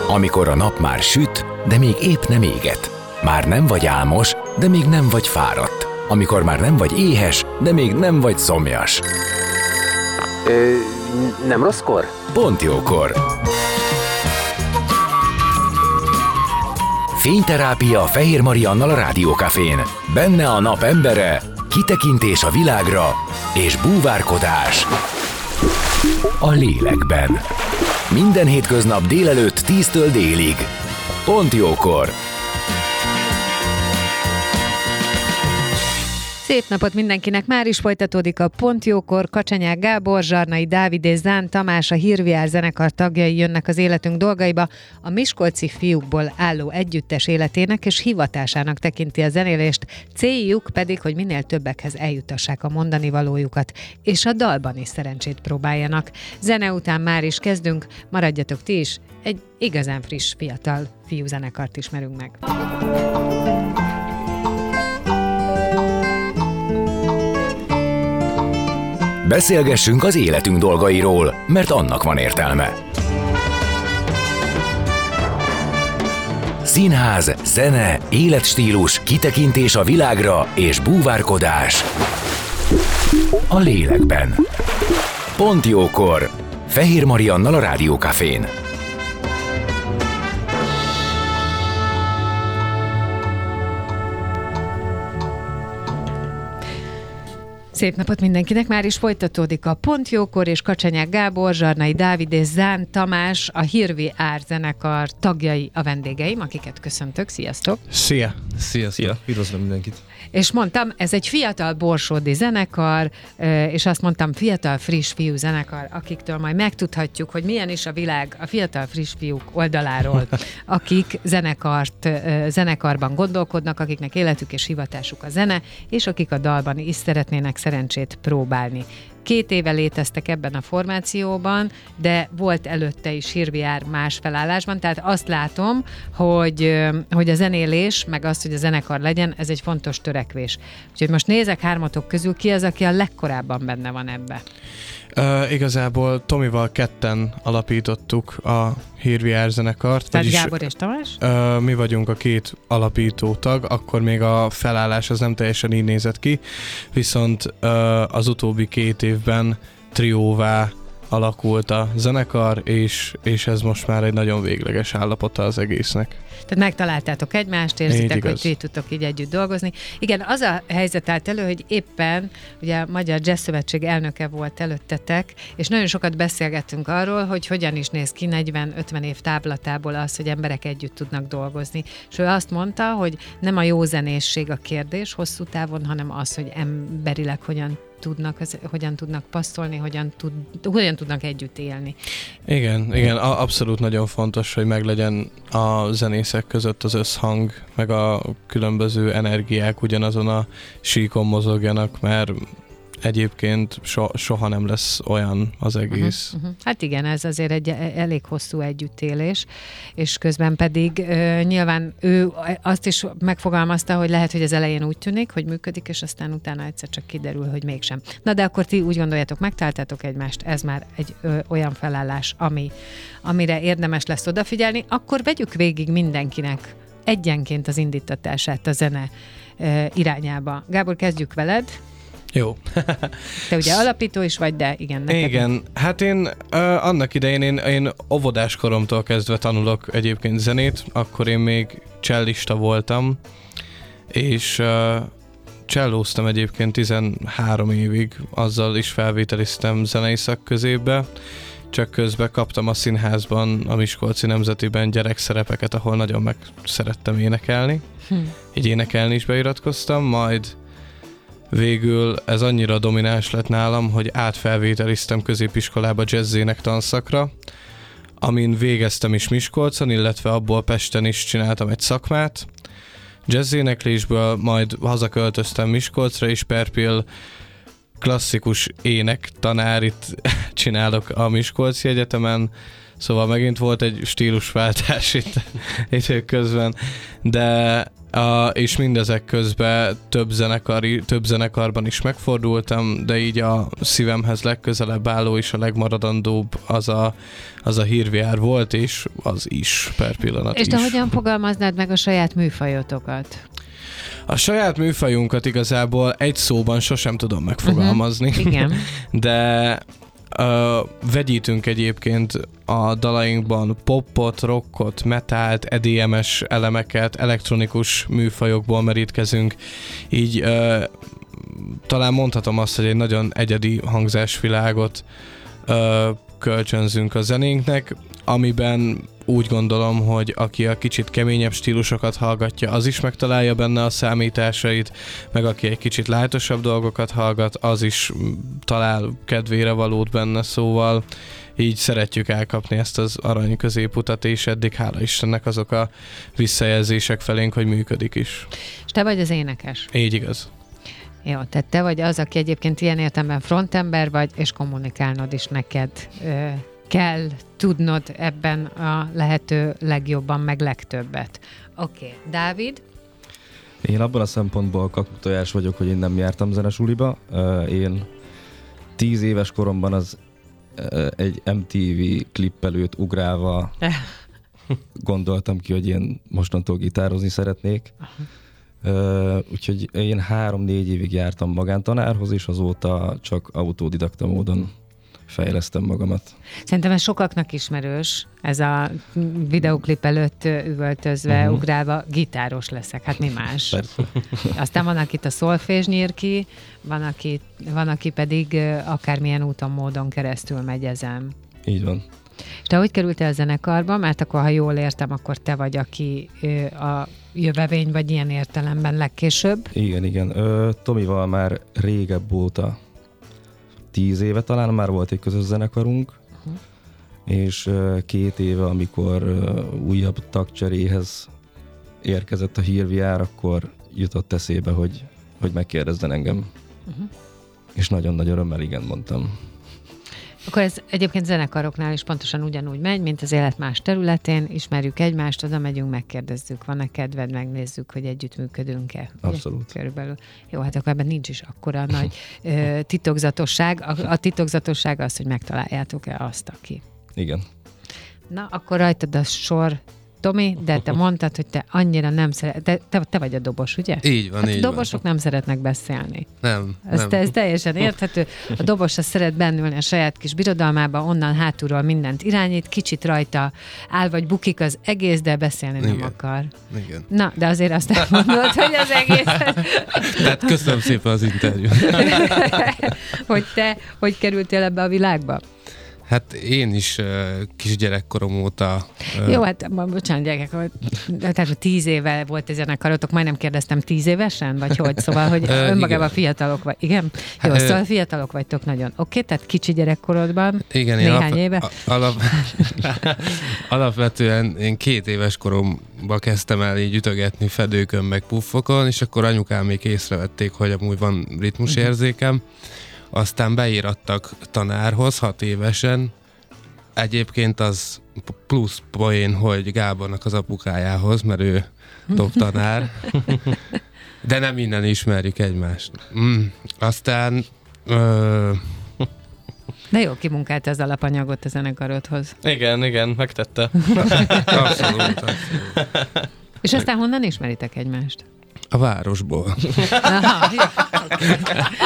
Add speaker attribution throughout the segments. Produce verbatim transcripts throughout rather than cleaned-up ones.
Speaker 1: Amikor a nap már süt, de még épp nem éget. Már nem vagy álmos, de még nem vagy fáradt. Amikor már nem vagy éhes, de még nem vagy szomjas.
Speaker 2: Ö, nem rosszkor?
Speaker 1: Pont jókor. Fényterápia Fehér Mariannal a Rádiókafén. Benne a nap embere, kitekintés a világra és búvárkodás a lélekben. Minden hétköznap délelőtt tíztől délig. Pont jókor.
Speaker 3: Szép napot mindenkinek! Már is folytatódik a Pont jókor. Kacsanyák Gábor, Zsarnai Dávid és Zán Tamás, a Hírviár zenekar tagjai jönnek az életünk dolgaiba. A miskolci fiúkból álló együttes életének és hivatásának tekinti a zenélést, céljuk pedig, hogy minél többekhez eljutassák a mondani valójukat, és a dalban is szerencsét próbáljanak. Zene után már is kezdünk, maradjatok ti is, egy igazán friss, fiatal fiúzenekart ismerünk meg.
Speaker 1: Beszélgessünk az életünk dolgairól, mert annak van értelme. Színház, zene, életstílus, kitekintés a világra és búvárkodás a lélekben. Pont jókor. Fehér Mariannal a Rádiókafén.
Speaker 3: Szép napot mindenkinek, már is folytatódik a Pont jókor, és Kacsanyák Gábor, Zsarnai Dávid és Zán Tamás, a Hírviár zenekar tagjai a vendégeim, akiket köszöntök. Sziasztok!
Speaker 4: Szia! Szia, szia! Üdvözlöm mindenkit!
Speaker 3: És mondtam, ez egy fiatal borsódi zenekar, és azt mondtam, fiatal friss fiú zenekar, akiktől majd megtudhatjuk, hogy milyen is a világ a fiatal friss fiúk oldaláról, akik zenekart, zenekarban gondolkodnak, akiknek életük és hivatásuk a zene, és akik a dalban is szeretnének szerencsét próbálni. Két éve léteztek ebben a formációban, de volt előtte is Hírviár más felállásban, tehát azt látom, hogy, hogy a zenélés, meg az, hogy a zenekar legyen, ez egy fontos törekvés. Úgyhogy most nézek hármatok közül, ki az, aki a legkorábban benne van ebbe?
Speaker 4: Uh, igazából Tomival ketten alapítottuk a Hírviár zenekart.
Speaker 3: Tehát
Speaker 4: vagyis,
Speaker 3: Gábor és Tamás?
Speaker 4: Uh, mi vagyunk a két alapító tag, akkor még a felállás az nem teljesen így nézett ki, viszont uh, az utóbbi két évben trióvá alakult a zenekar, és, és ez most már egy nagyon végleges állapota az egésznek.
Speaker 3: Tehát megtaláltátok egymást, érzitek, hogy ti tudtok így együtt dolgozni. Igen, az a helyzet állt elő, hogy éppen ugye a Magyar Jazz Szövetség elnöke volt előttetek, és nagyon sokat beszélgettünk arról, hogy hogyan is néz ki negyven-ötven év távlatából az, hogy emberek együtt tudnak dolgozni. És ő azt mondta, hogy nem a jó zenészség a kérdés hosszú távon, hanem az, hogy emberileg hogyan tudnak, az, hogyan tudnak passzolni, hogyan, tud, hogyan tudnak együtt élni.
Speaker 4: Igen, igen, abszolút nagyon fontos, hogy meglegyen a zenészek között az összhang, meg a különböző energiák ugyanazon a síkon mozogjanak, mert egyébként so, soha nem lesz olyan az egész.
Speaker 3: Uh-huh, uh-huh. Hát igen, ez azért egy elég hosszú együttélés, és közben pedig uh, nyilván ő azt is megfogalmazta, hogy lehet, hogy az elején úgy tűnik, hogy működik, és aztán utána egyszer csak kiderül, hogy mégsem. Na de akkor ti úgy gondoljátok, megtaláltátok egymást, ez már egy ö, olyan felállás, ami, amire érdemes lesz odafigyelni, akkor vegyük végig mindenkinek egyenként az indítatását a zene ö, irányába. Gábor, kezdjük veled.
Speaker 4: Jó.
Speaker 3: Te ugye alapító is vagy, de igen. Neked
Speaker 4: igen,
Speaker 3: nem.
Speaker 4: hát én uh, annak idején én, én óvodás koromtól kezdve tanulok egyébként zenét, akkor én még csellista voltam, és uh, csellóztam egyébként tizenhárom évig, azzal is felvételiztem zenei szakközépbe, csak közben kaptam a színházban, a Miskolci Nemzetiben gyerekszerepeket, ahol nagyon meg szerettem énekelni. Hm. Így énekelni is beiratkoztam, majd végül ez annyira domináns lett nálam, hogy átfelvételiztem középiskolába jazz-ének tanszakra, amin végeztem is Miskolcon, illetve abból Pesten is csináltam egy szakmát. Jazz-éneklésből majd hazaköltöztem Miskolcra, és perpél klasszikus ének tanárit csinálok a Miskolci Egyetemen, szóval megint volt egy stílusváltás itt időközben, de Uh, és mindezek közben több, zenekari, több zenekarban is megfordultam, de így a szívemhez legközelebb álló és a legmaradandóbb az a, az a hírviár volt, és az is per pillanat
Speaker 3: És
Speaker 4: is.
Speaker 3: te hogyan fogalmaznád meg a saját műfajotokat?
Speaker 4: A saját műfajunkat igazából egy szóban sosem tudom megfogalmazni.
Speaker 3: Uh-huh. Igen.
Speaker 4: De uh, vegyítünk egyébként a dalainkban popot, rockot, metált, E D M-es elemeket, elektronikus műfajokból merítkezünk. Így uh, talán mondhatom azt, hogy egy nagyon egyedi hangzásvilágot uh, kölcsönzünk a zenénknek, amiben úgy gondolom, hogy aki a kicsit keményebb stílusokat hallgatja, az is megtalálja benne a számításait, meg aki egy kicsit lájtosabb dolgokat hallgat, az is talál kedvére valót benne, szóval így szeretjük elkapni ezt az arany középutat, és eddig hála Istennek azok a visszajelzések felénk, hogy működik is.
Speaker 3: És te vagy az énekes?
Speaker 4: Így igaz.
Speaker 3: Jó, tehát te vagy az, aki egyébként ilyen értelemben frontember vagy, és kommunikálnod is neked ö, kell tudnod ebben a lehető legjobban, meg legtöbbet. Oké, okay. Dávid?
Speaker 5: Én abban a szempontból kakuktojás vagyok, hogy én nem jártam zenesuliba. Én tíz éves koromban az egy em té vé klip előtt ugrálva gondoltam ki, hogy én mostantól gitározni szeretnék. Uh, úgyhogy én három-négy évig jártam magántanárhoz, és azóta csak autodidakta módon fejlesztem magamat.
Speaker 3: Szerintem ez sokaknak ismerős, ez a videóklip előtt üvöltözve, uh-huh. ugrálva, gitáros leszek, hát mi más.
Speaker 5: Persze.
Speaker 3: Aztán van, akit a szolfés nyír ki, van, aki, van, aki pedig akármilyen úton, módon keresztül megy ezen.
Speaker 5: Így van.
Speaker 3: És te hogy kerültél a zenekarba? Mert akkor, ha jól értem, akkor te vagy, aki a jövevény vagy ilyen értelemben legkésőbb.
Speaker 5: Igen, igen. Ö, Tomival már régebb óta, tíz éve talán már volt egy közös zenekarunk, uh-huh. és ö, két éve, amikor ö, újabb tagcseréhez érkezett a hírviár, akkor jutott eszébe, hogy, hogy megkérdezzen engem. Uh-huh. És nagyon nagy örömmel igen mondtam.
Speaker 3: Akkor ez egyébként zenekaroknál is pontosan ugyanúgy megy, mint az élet más területén, ismerjük egymást, oda megyünk, megkérdezzük, van-e kedved, megnézzük, hogy együttműködünk-e.
Speaker 5: Abszolút.
Speaker 3: Körülbelül. Jó, hát akkor ebben nincs is akkora nagy ö, titokzatosság. A, a titokzatosság az, hogy megtaláljátok-e azt, aki.
Speaker 5: Igen.
Speaker 3: Na, akkor rajtad a sor, Tomi, de te mondtad, hogy te annyira nem szeret... Te, te, te vagy a dobos, ugye?
Speaker 6: Így van,
Speaker 3: hát
Speaker 6: így
Speaker 3: a dobosok
Speaker 6: van.
Speaker 3: nem szeretnek beszélni.
Speaker 6: Nem,
Speaker 3: Ez,
Speaker 6: nem.
Speaker 3: te, ez teljesen érthető. A dobos az szeret bennülni a saját kis birodalmába, onnan hátulról mindent irányít, kicsit rajta áll vagy bukik az egész, de beszélni
Speaker 6: Igen.
Speaker 3: nem akar.
Speaker 6: Igen.
Speaker 3: Na, de azért azt nem mondod, hogy az egész...
Speaker 6: Tehát köszönöm szépen az interjút.
Speaker 3: Hogy te, hogy kerültél ebbe a világba?
Speaker 6: Hát én is uh, kisgyerekkorom óta... Uh,
Speaker 3: Jó, hát bocsánat, gyerekek, tehát tíz éve volt ez zenekarotok, majdnem kérdeztem, tíz évesen, vagy hogy? Szóval, hogy önmagában fiatalok vagy. Igen? Jó, uh, szóval fiatalok vagytok nagyon. Oké, okay, tehát kicsi gyerekkorodban, igen, néhány alap, éve?
Speaker 6: Alap, alapvetően én két éves koromban kezdtem el így ütögetni fedőkön meg puffokon, és akkor anyukám még észrevették, hogy amúgy van ritmusérzékem. Aztán beírattak tanárhoz hat évesen. Egyébként az plusz poén, hogy Gábornak az apukájához, mert ő dobtanár. De nem innen ismerjük egymást. Mm. Aztán... Ö...
Speaker 3: De jó, kimunkálta az alapanyagot a zenekarodhoz.
Speaker 4: Igen, igen, megtette.
Speaker 6: Abszolút, abszolút.
Speaker 3: És aztán honnan ismeritek egymást?
Speaker 6: A városból.
Speaker 3: Aha, jó, okay.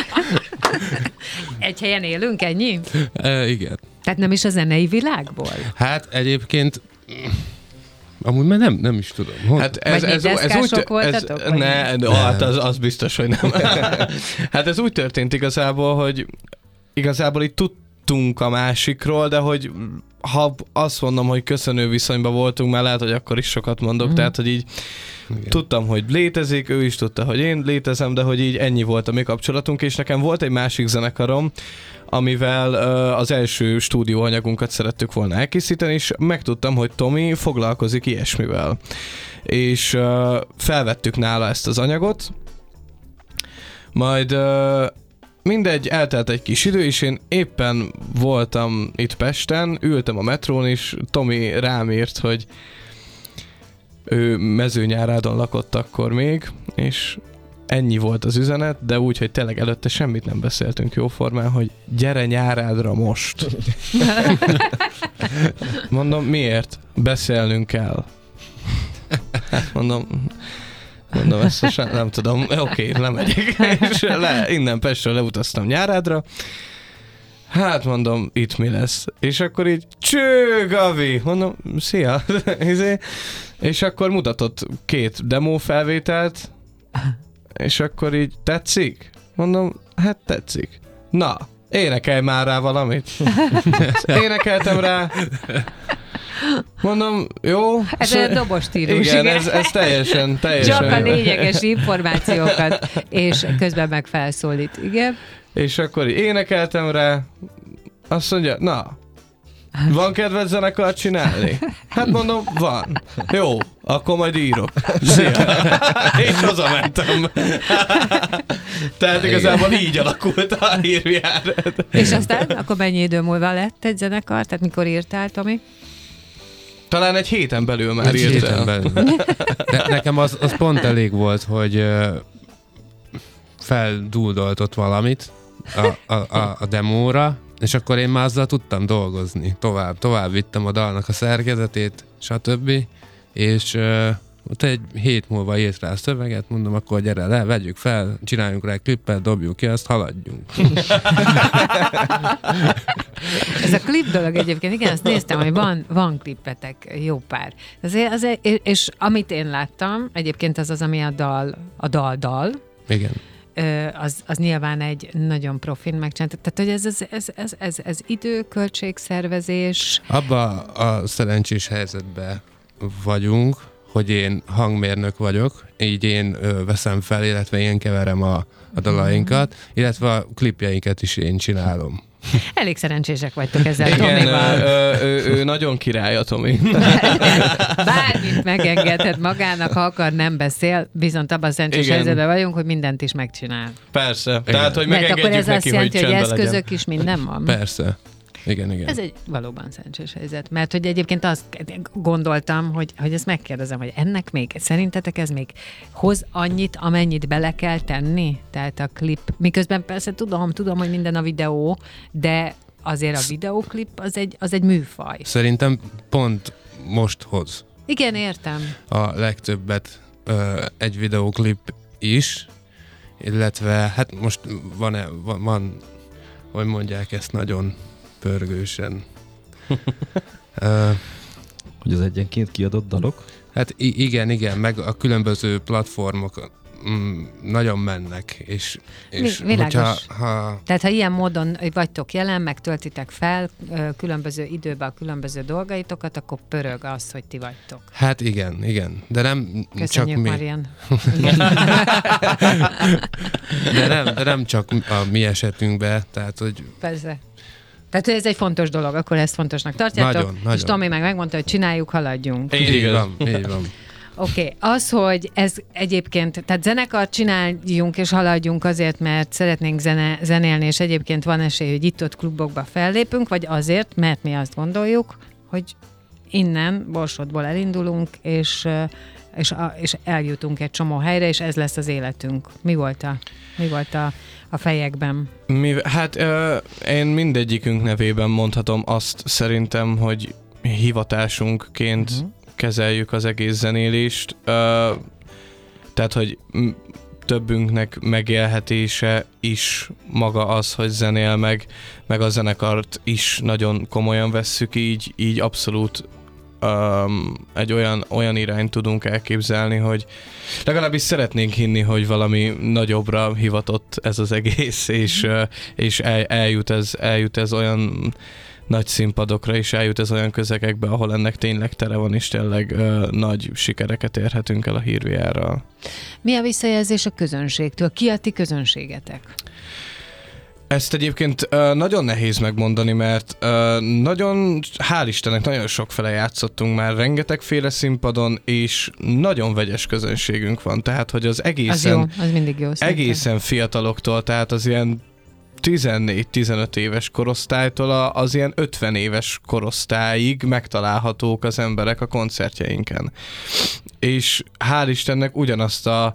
Speaker 3: Egy helyen élünk, ennyi?
Speaker 6: E, igen.
Speaker 3: Tehát nem is a zenei világból?
Speaker 6: Hát egyébként amúgy már nem, nem is tudom. Hogy?
Speaker 4: Hát ez,
Speaker 3: vagy
Speaker 4: ez, ez, ez úgy,
Speaker 3: voltatok?
Speaker 4: ez, ne, ne, hát az, az biztos, hogy nem. Hát ez úgy történt igazából, hogy igazából itt tudtunk a másikról, de hogy ha azt mondom, hogy köszönő viszonyban voltunk, mert lehet, hogy akkor is sokat mondok, mm. tehát, hogy így igen. Tudtam, hogy létezik, ő is tudta, hogy én létezem, de hogy így ennyi volt a mi kapcsolatunk, és nekem volt egy másik zenekarom, amivel uh, az első stúdióanyagunkat szerettük volna elkészíteni, és megtudtam, hogy Tomi foglalkozik ilyesmivel. És uh, felvettük nála ezt az anyagot, majd uh, mindegy, eltelt egy kis idő, és én éppen voltam itt Pesten, ültem a metrón, és Tomi rám írt, hogy ő Mezőnyárádon lakott akkor még, és ennyi volt az üzenet, de úgy, hogy tényleg előtte semmit nem beszéltünk jóformán, hogy gyere Nyárádra most. Mondom, miért? Beszélnünk kell. Hát mondom, mondom, ezt most nem tudom, oké, okay, lemegyek. És le, innen Pestről leutaztam Nyárádra. Hát mondom, itt mi lesz. És akkor így, cső, Gavi! Mondom, szia! És akkor mutatott két demo felvételt, és akkor így, tetszik? Mondom, hát tetszik. Na, énekelj már rá valamit. Énekeltem rá. Mondom, jó.
Speaker 3: Ez egy dobos stílus.
Speaker 4: Igen, ez, ez teljesen, teljesen.
Speaker 3: Csak a lényeges információkat, és közben meg felszólít, igen.
Speaker 4: És akkor így énekeltem rá, azt mondja, na, van kedved zenekart csinálni? Hát mondom, van. Jó, akkor majd írok. Szia. És hazamentem. Tehát igazából így alakult a hírviár.
Speaker 3: És aztán akkor mennyi idő múlva lett egy zenekar? Tehát mikor írtál, Tomi?
Speaker 4: Talán egy héten belül már
Speaker 6: Egy
Speaker 4: írt
Speaker 6: héten
Speaker 4: el.
Speaker 6: belül. De nekem az, az pont elég volt, hogy ö, felduldoltott valamit a, a, a, a demóra, és akkor én már azzal tudtam dolgozni. Tovább, tovább vittem a dalnak a szerkezetét, stb. És uh, ott egy hét múlva írt rá a szöveget, mondom, akkor gyere le, vegyük fel, csináljunk rá egy klippet, dobjuk ki, azt haladjunk.
Speaker 3: Ez a klip dolog egyébként, igen, azt néztem, hogy van, van klippetek, jó pár. Azért, azért, és amit én láttam, egyébként az az, ami a dal, a dal-dal,
Speaker 6: Igen.
Speaker 3: az, az nyilván egy nagyon profin megcsinált. Tehát, hogy ez, ez, ez, ez, ez, ez idő, költségszervezés.
Speaker 6: Abba a szerencsés helyzetben vagyunk, hogy én hangmérnök vagyok, így én ö, veszem fel, illetve én keverem a, a dalainkat, illetve a klipjeinket is én csinálom.
Speaker 3: Elég szerencsések vagytok ezzel,
Speaker 4: Igen,
Speaker 3: Tomival.
Speaker 4: ő, ő, ő nagyon király a Tomi.
Speaker 3: Bármit megengedhet magának, ha akar, nem beszél, viszont abban a szerencsés
Speaker 4: Igen.
Speaker 3: helyzetben vagyunk, hogy mindent is megcsinál.
Speaker 4: Persze.
Speaker 6: Igen.
Speaker 4: Tehát, hogy
Speaker 3: Mert akkor
Speaker 4: megengedjük
Speaker 3: ez azt
Speaker 4: neki, hogy
Speaker 3: jelenti, hogy
Speaker 4: csendben legyen.
Speaker 3: eszközök is minden van.
Speaker 6: Persze. Igen, igen.
Speaker 3: Ez egy valóban szerencsés helyzet. Mert hogy egyébként azt gondoltam, hogy, hogy ezt megkérdezem, hogy ennek még, szerintetek ez még hoz annyit, amennyit bele kell tenni? Tehát a klip, miközben persze tudom, tudom, hogy minden a videó, de azért a videóklip az egy, az egy műfaj.
Speaker 6: Szerintem pont most hoz
Speaker 3: Igen, értem.
Speaker 6: a legtöbbet ö, egy videóklip is, illetve hát most van, van, van hogy mondják ezt nagyon pörgősen. uh,
Speaker 5: Hogy az egyenként kiadott dalok?
Speaker 6: hát i- igen, igen, meg a különböző platformok mm, nagyon mennek, és, és
Speaker 3: Mi- világos.
Speaker 6: hogyha, ha,
Speaker 3: Tehát ha ilyen módon vagytok jelen, meg töltitek fel ö, különböző időben a különböző dolgaitokat, akkor pörög az, hogy ti vagytok.
Speaker 6: hát igen, igen, de nem
Speaker 3: Köszönjük,
Speaker 6: csak mi,
Speaker 3: Marian.
Speaker 6: de nem, de nem csak a mi esetünkben, tehát hogy
Speaker 3: Persze. Tehát hogy ez egy fontos dolog, akkor ezt fontosnak tartjátok.
Speaker 6: Nagyon,
Speaker 3: És
Speaker 6: nagyon.
Speaker 3: Tomi meg megmondta, hogy csináljuk, haladjunk.
Speaker 4: Így
Speaker 6: így
Speaker 4: igaz.
Speaker 6: van, így van.
Speaker 3: Oké, okay. Az, hogy ez egyébként, tehát zenekart csináljunk és haladjunk azért, mert szeretnénk zene, zenélni, és egyébként van esély, hogy itt-ott klubokba fellépünk, vagy azért, mert mi azt gondoljuk, hogy innen, Borsodból elindulunk, és, és, a, és eljutunk egy csomó helyre, és ez lesz az életünk. Mi volt a, mi volt a, a fejekben?
Speaker 4: Mi, hát ö, én mindegyikünk nevében mondhatom azt szerintem, hogy hivatásunkként uh-huh. kezeljük az egész zenélést. Ö, tehát, hogy m- többünknek megélhetése is maga az, hogy zenél meg, meg a zenekart is nagyon komolyan vesszük, így, így abszolút um, egy olyan, olyan irányt tudunk elképzelni, hogy legalábbis szeretnénk hinni, hogy valami nagyobbra hivatott ez az egész, és, uh, és el, eljut, ez, eljut ez olyan nagy színpadokra, és eljut ez olyan közegekbe, ahol ennek tényleg tere van, és tényleg uh, nagy sikereket érhetünk el a hírviárral.
Speaker 3: Mi a visszajelzés a közönségtől? Ki a ti közönségetek?
Speaker 4: Ezt egyébként uh, nagyon nehéz megmondani, mert uh, nagyon, hál' Istennek, nagyon sokfele játszottunk már, rengetegféle színpadon, és nagyon vegyes közönségünk van, tehát hogy az egészen,
Speaker 3: Az jó, az mindig jó. szerintem.
Speaker 4: egészen fiataloktól, tehát az ilyen tizennégy-tizenöt éves korosztálytól az ilyen ötven éves korosztályig megtalálhatók az emberek a koncertjeinken. És hál' Istennek ugyanazt a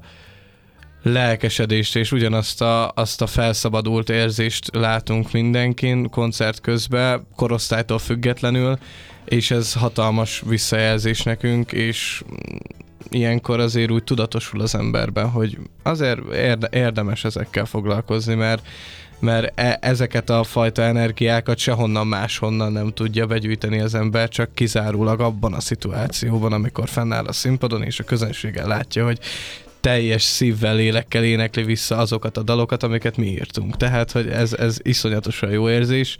Speaker 4: lelkesedést és ugyanazt a, azt a felszabadult érzést látunk mindenkin koncert közben, korosztálytól függetlenül, és ez hatalmas visszajelzés nekünk, és ilyenkor azért úgy tudatosul az emberben, hogy azért érde, érdemes ezekkel foglalkozni, mert mert e- ezeket a fajta energiákat sehonnan máshonnan nem tudja begyűjteni az ember, csak kizárólag abban a szituációban, amikor fennáll a színpadon, és a közönséggel látja, hogy teljes szívvel, lélekkel énekli vissza azokat a dalokat, amiket mi írtunk. Tehát, hogy ez, ez iszonyatosan jó érzés,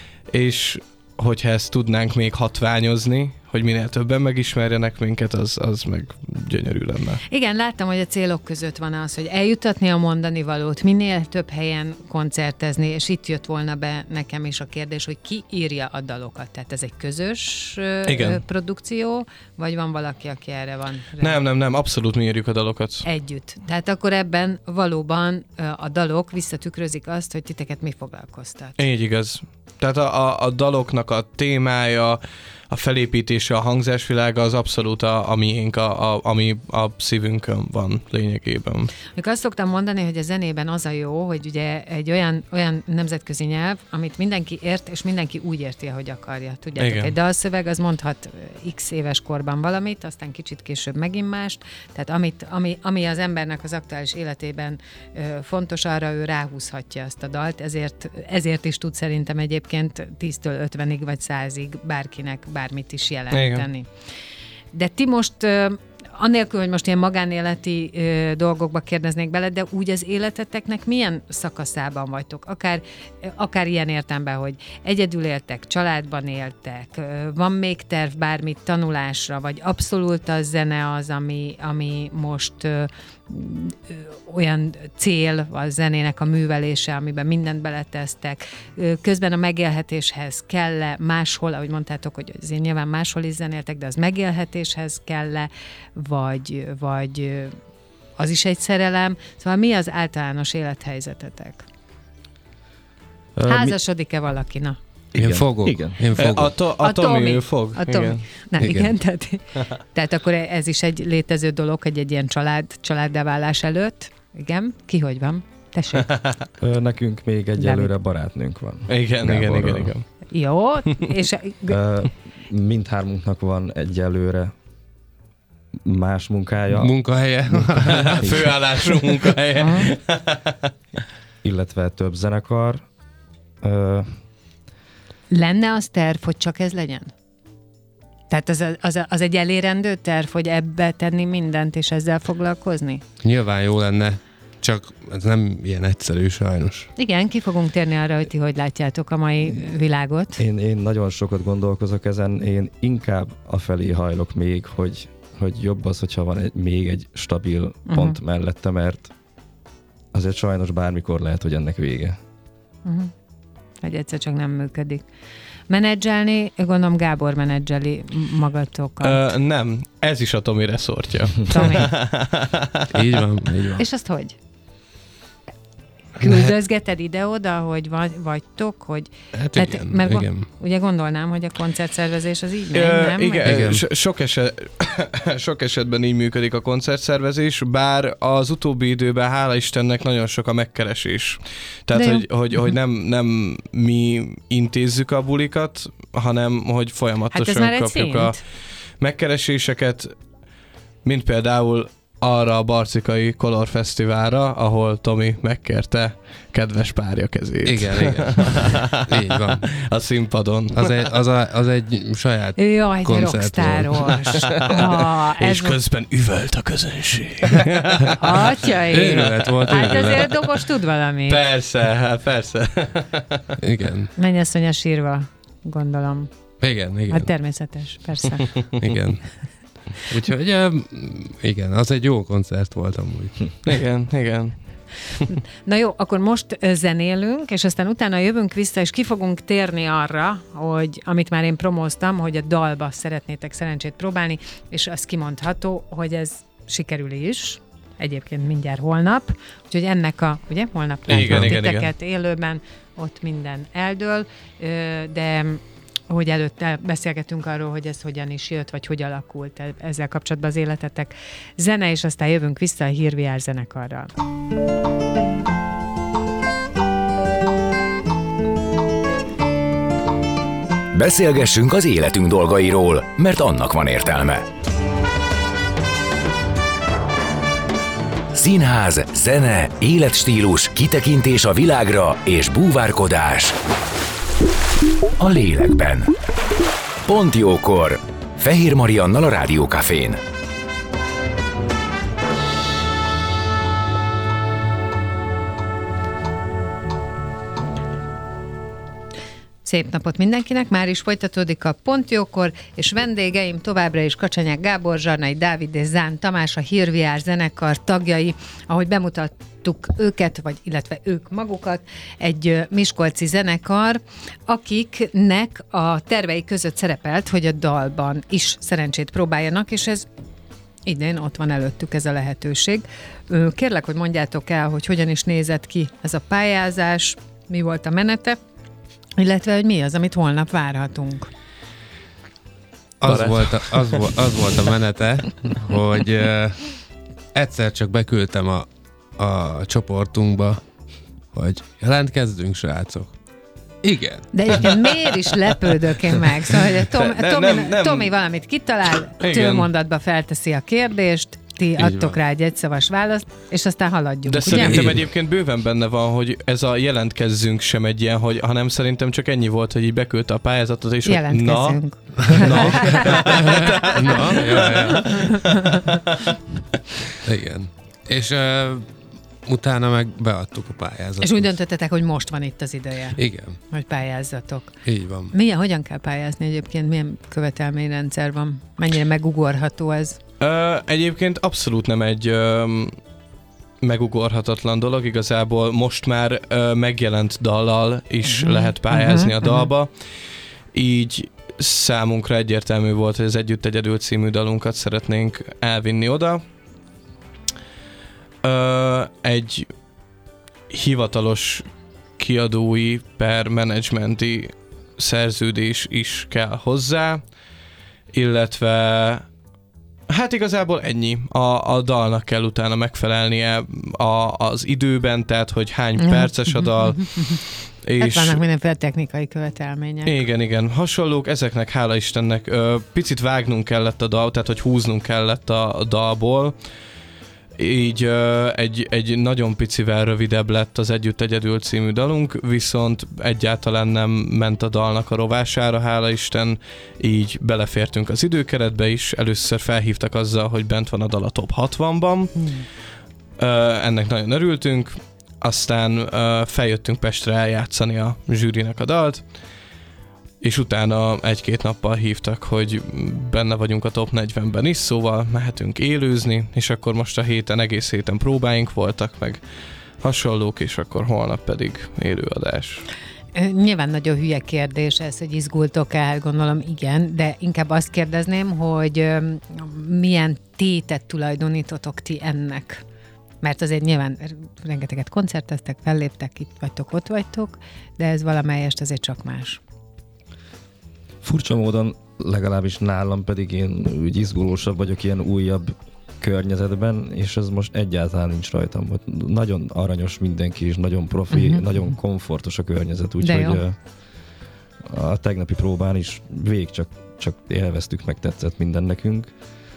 Speaker 4: és hogyha ezt tudnánk még hatványozni, hogy minél többen megismerjenek minket, az, az meg gyönyörű lenne.
Speaker 3: Igen, láttam, hogy a célok között van az, hogy eljutatni a mondani valót, minél több helyen koncertezni, és itt jött volna be nekem is a kérdés, hogy ki írja a dalokat. Tehát ez egy közös Igen. produkció, vagy van valaki, aki erre van? Rá?
Speaker 4: Nem, nem, nem, abszolút mi írjuk a dalokat.
Speaker 3: Együtt. Tehát akkor ebben valóban a dalok visszatükrözik azt, hogy titeket mi foglalkoztat.
Speaker 4: Így igaz. Tehát a, a, a daloknak a témája, a felépítése, a hangzásvilága az abszolút a, a miénk, a, a, ami a szívünkön van lényegében.
Speaker 3: Mikor azt szoktam mondani, hogy a zenében az a jó, hogy ugye egy olyan, olyan nemzetközi nyelv, amit mindenki ért, és mindenki úgy érti, ahogy akarja. Tudjátok, Igen. egy dalszöveg az mondhat x éves korban valamit, aztán kicsit később megint mást. Tehát amit, ami, ami az embernek az aktuális életében ö, fontos, arra ő ráhúzhatja azt a dalt, ezért, ezért is tud szerintem egyébként tíztől ötvenig vagy százig bárkinek bármit is jelenteni. Igen. De ti most, annélkül, hogy most ilyen magánéleti dolgokba kérdeznék bele, de úgy az életeteknek milyen szakaszában vagytok? Akár, akár ilyen értelemben, hogy egyedül éltek, családban éltek, van még terv bármit tanulásra, vagy abszolút a zene az, ami, ami most ö, ö, olyan cél a zenének a művelése, amiben mindent beletesztek. Közben a megélhetéshez kell-e máshol, ahogy mondtátok, hogy azért nyilván máshol is zenéltek, de az megélhetéshez kell-e, vagy, vagy az is egy szerelem. Szóval mi az általános élethelyzetetek? Házasodik-e valaki? Na.
Speaker 6: Igen. Én fogok.
Speaker 5: Igen.
Speaker 6: Én fogok.
Speaker 4: A, to- a, a Tomi, Tomi fog.
Speaker 3: A Tomi.
Speaker 4: Igen.
Speaker 3: Na, igen.
Speaker 6: Igen.
Speaker 3: Tehát, tehát akkor ez is egy létező dolog, hogy egy ilyen család, családdá válás előtt. Igen. Ki hogy van? Tessék.
Speaker 5: Nekünk még egyelőre barátnőnk van.
Speaker 4: Igen, igen, igen, igen.
Speaker 3: Jó. És
Speaker 5: mindhármunknak van egyelőre más munkája.
Speaker 6: Munkahelye.
Speaker 4: Főállású munkahelye.
Speaker 5: Illetve több zenekar. Ö,
Speaker 3: Lenne az terv, hogy csak ez legyen? Tehát az, az, az egy elérendő terv, hogy ebbe tenni mindent, és ezzel foglalkozni?
Speaker 6: Nyilván jó lenne, csak ez nem ilyen egyszerű sajnos.
Speaker 3: Igen, ki fogunk térni arra, hogy ti hogy látjátok a mai világot.
Speaker 5: Én, én nagyon sokat gondolkozok ezen, én inkább afelé hajlok még, hogy, hogy jobb az, hogyha van egy, még egy stabil uh-huh. pont mellette, mert azért sajnos bármikor lehet, hogy ennek vége.
Speaker 3: Uh-huh. Hogy egyszer csak nem működik. Menedzselni, gondolom Gábor menedzseli magatokat.
Speaker 4: Ö, nem, ez is a Tomi reszortja.
Speaker 3: Tomi.
Speaker 6: Így van, így van.
Speaker 3: És azt hogy? Küldözgeted ide-oda, hogy vagy, vagytok, hogy...
Speaker 6: Hát igen,
Speaker 3: tehát, mert
Speaker 6: igen.
Speaker 3: Ugye gondolnám, hogy a koncertszervezés az így megy,
Speaker 4: Ö,
Speaker 3: nem?
Speaker 4: Igen,
Speaker 6: igen.
Speaker 4: So- sok, eset, sok esetben így működik a koncertszervezés, bár az utóbbi időben, hála Istennek, nagyon sok a megkeresés. Tehát, hogy, hogy, hogy nem, nem mi intézzük a bulikat, hanem hogy folyamatosan
Speaker 3: hát
Speaker 4: kapjuk
Speaker 3: szint.
Speaker 4: a megkereséseket, mint például arra a barcikai Color Fesztiválra, ahol Tomi megkérte kedves párja kezét.
Speaker 6: Igen, igen. Így van.
Speaker 4: A színpadon.
Speaker 6: Az egy, az a, az egy saját
Speaker 3: Jaj, de
Speaker 6: koncert
Speaker 3: rockstáros. Ah, ez
Speaker 4: És közben üvölt a közönség.
Speaker 3: Atyaim.
Speaker 6: Őrület volt.
Speaker 3: Hát
Speaker 6: őrület.
Speaker 3: azért Dobos tud valamit.
Speaker 4: Persze, hát persze.
Speaker 6: Igen.
Speaker 3: Mennyasszonya sírva, gondolom.
Speaker 6: Igen, igen.
Speaker 3: Hát természetes, persze.
Speaker 6: Igen. Úgyhogy igen, az egy jó koncert volt amúgy.
Speaker 4: Igen, igen.
Speaker 3: Na jó, akkor most zenélünk, és aztán utána jövünk vissza, és ki fogunk térni arra, hogy amit már én promóztam, hogy a dalba szeretnétek szerencsét próbálni, és az kimondható, hogy ez sikerül is. egyébként mindjárt holnap, úgyhogy ennek a, ugye, holnap
Speaker 4: Igen,
Speaker 3: látnak
Speaker 4: igen,
Speaker 3: titeket élőben, ott minden eldől, ö, de hogy előtte beszélgetünk arról, hogy ez hogyan is jött, vagy hogy alakult ezzel kapcsolatban az életetek. Zene, és aztán jövünk vissza a Here We Are zenekarral.
Speaker 1: Beszélgessünk az életünk dolgairól, mert annak van értelme. Színház, zene, életstílus, kitekintés a világra és búvárkodás a lélekben. Pont jókor! Fehér Mariannal a Rádió Cafén.
Speaker 3: Szép napot mindenkinek, már is folytatódik a Pont jókor, és vendégeim továbbra is Kacsanyák Gábor, Zsarnai Dávid és Zán Tamás, a Here We Are zenekar tagjai, ahogy bemutattuk őket, vagy illetve ők magukat, egy miskolci zenekar, akiknek a tervei között szerepelt, hogy a dalban is szerencsét próbáljanak, és ez idén ott van előttük ez a lehetőség. Kérlek, hogy mondjátok el, hogy hogyan is nézett ki ez a pályázás, mi volt a menete, illetve, hogy mi az, amit holnap várhatunk.
Speaker 6: Az volt, a, az, vo- az volt a menete, hogy uh, egyszer csak beküldtem a, a csoportunkba, hogy jelentkezzünk, srácok. Igen.
Speaker 3: De egyébként miért is lepődök én meg? Szóval, hogy Tom,
Speaker 4: ne,
Speaker 3: Tomi,
Speaker 4: nem, nem.
Speaker 3: Tomi valamit kitalál,
Speaker 4: Igen.
Speaker 3: tőmondatba felteszi a kérdést, ti
Speaker 6: Így
Speaker 3: adtok
Speaker 6: van.
Speaker 3: rá egy egyszavas választ, és aztán haladjunk.
Speaker 4: De
Speaker 3: ugye?
Speaker 4: szerintem
Speaker 6: Így.
Speaker 4: egyébként bőven benne van, hogy ez a jelentkezzünk sem egy ilyen, hogy, hanem szerintem csak ennyi volt, hogy így beküldte a pályázatot, és hogy na,
Speaker 3: Jelentkezünk.
Speaker 4: na,
Speaker 6: Na, ja, ja. Igen. És uh, utána meg beadtuk a pályázatot.
Speaker 3: És úgy döntöttetek, hogy most van itt az ideje,
Speaker 6: Igen,
Speaker 3: hogy pályázzatok.
Speaker 6: így van.
Speaker 3: Milyen, hogyan kell pályázni egyébként? Milyen követelményrendszer van? Mennyire megugorható ez?
Speaker 4: Ö, egyébként abszolút nem egy ö, megugorhatatlan dolog, igazából most már ö, megjelent dallal is
Speaker 3: Mhm.
Speaker 4: lehet pályázni
Speaker 3: Mhm,
Speaker 4: a dalba, így számunkra egyértelmű volt, hogy az Együtt Egyedül című dalunkat szeretnénk elvinni oda. Ö, egy hivatalos kiadói per menedzsmenti szerződés is kell hozzá, illetve hát igazából ennyi. A, a dalnak kell utána megfelelnie a, az időben, tehát hogy hány
Speaker 3: Mhm.
Speaker 4: perces a dal.
Speaker 3: Hát
Speaker 4: És
Speaker 3: vannak mindenféle technikai követelmények.
Speaker 4: igen, igen, hasonlók, ezeknek hála Istennek ö, picit vágnunk kellett a dal, tehát hogy húznunk kellett a, a dalból. Így ö, egy, egy nagyon picivel rövidebb lett az Együtt Egyedül című dalunk, viszont egyáltalán nem ment a dalnak a rovására, hála Isten, így belefértünk az időkeretbe is, először felhívtak azzal, hogy bent van a dal a top hatvanban,
Speaker 3: Hmm.
Speaker 4: ö, ennek nagyon örültünk, aztán ö, feljöttünk Pestre eljátszani a zsűrinek a dalt, és utána egy-két nappal hívtak, hogy benne vagyunk a top negyvenben is, szóval mehetünk élőzni, és akkor most a héten, egész héten próbáink voltak, meg hasonlók, és akkor holnap pedig élőadás.
Speaker 3: Nyilván nagyon hülye kérdés ez, hogy izgultok-e, hát gondolom igen, de inkább azt kérdezném, hogy ö, milyen tétet tulajdonítotok ti ennek? Mert azért nyilván rengeteget koncerteztek, felléptek, itt vagytok, ott vagytok, de ez valamelyest azért csak más.
Speaker 5: Furcsa módon, legalábbis nálam pedig én úgy izgulósabb vagyok ilyen újabb környezetben, és ez most egyáltalán nincs rajtam. Nagyon aranyos mindenki, és nagyon profi,
Speaker 3: Mhm.
Speaker 5: uh-huh. nagyon komfortos a környezet,
Speaker 3: De
Speaker 5: úgyhogy
Speaker 3: jó.
Speaker 5: ö, a tegnapi próbán is végig csak, csak élveztük, meg tetszett minden nekünk.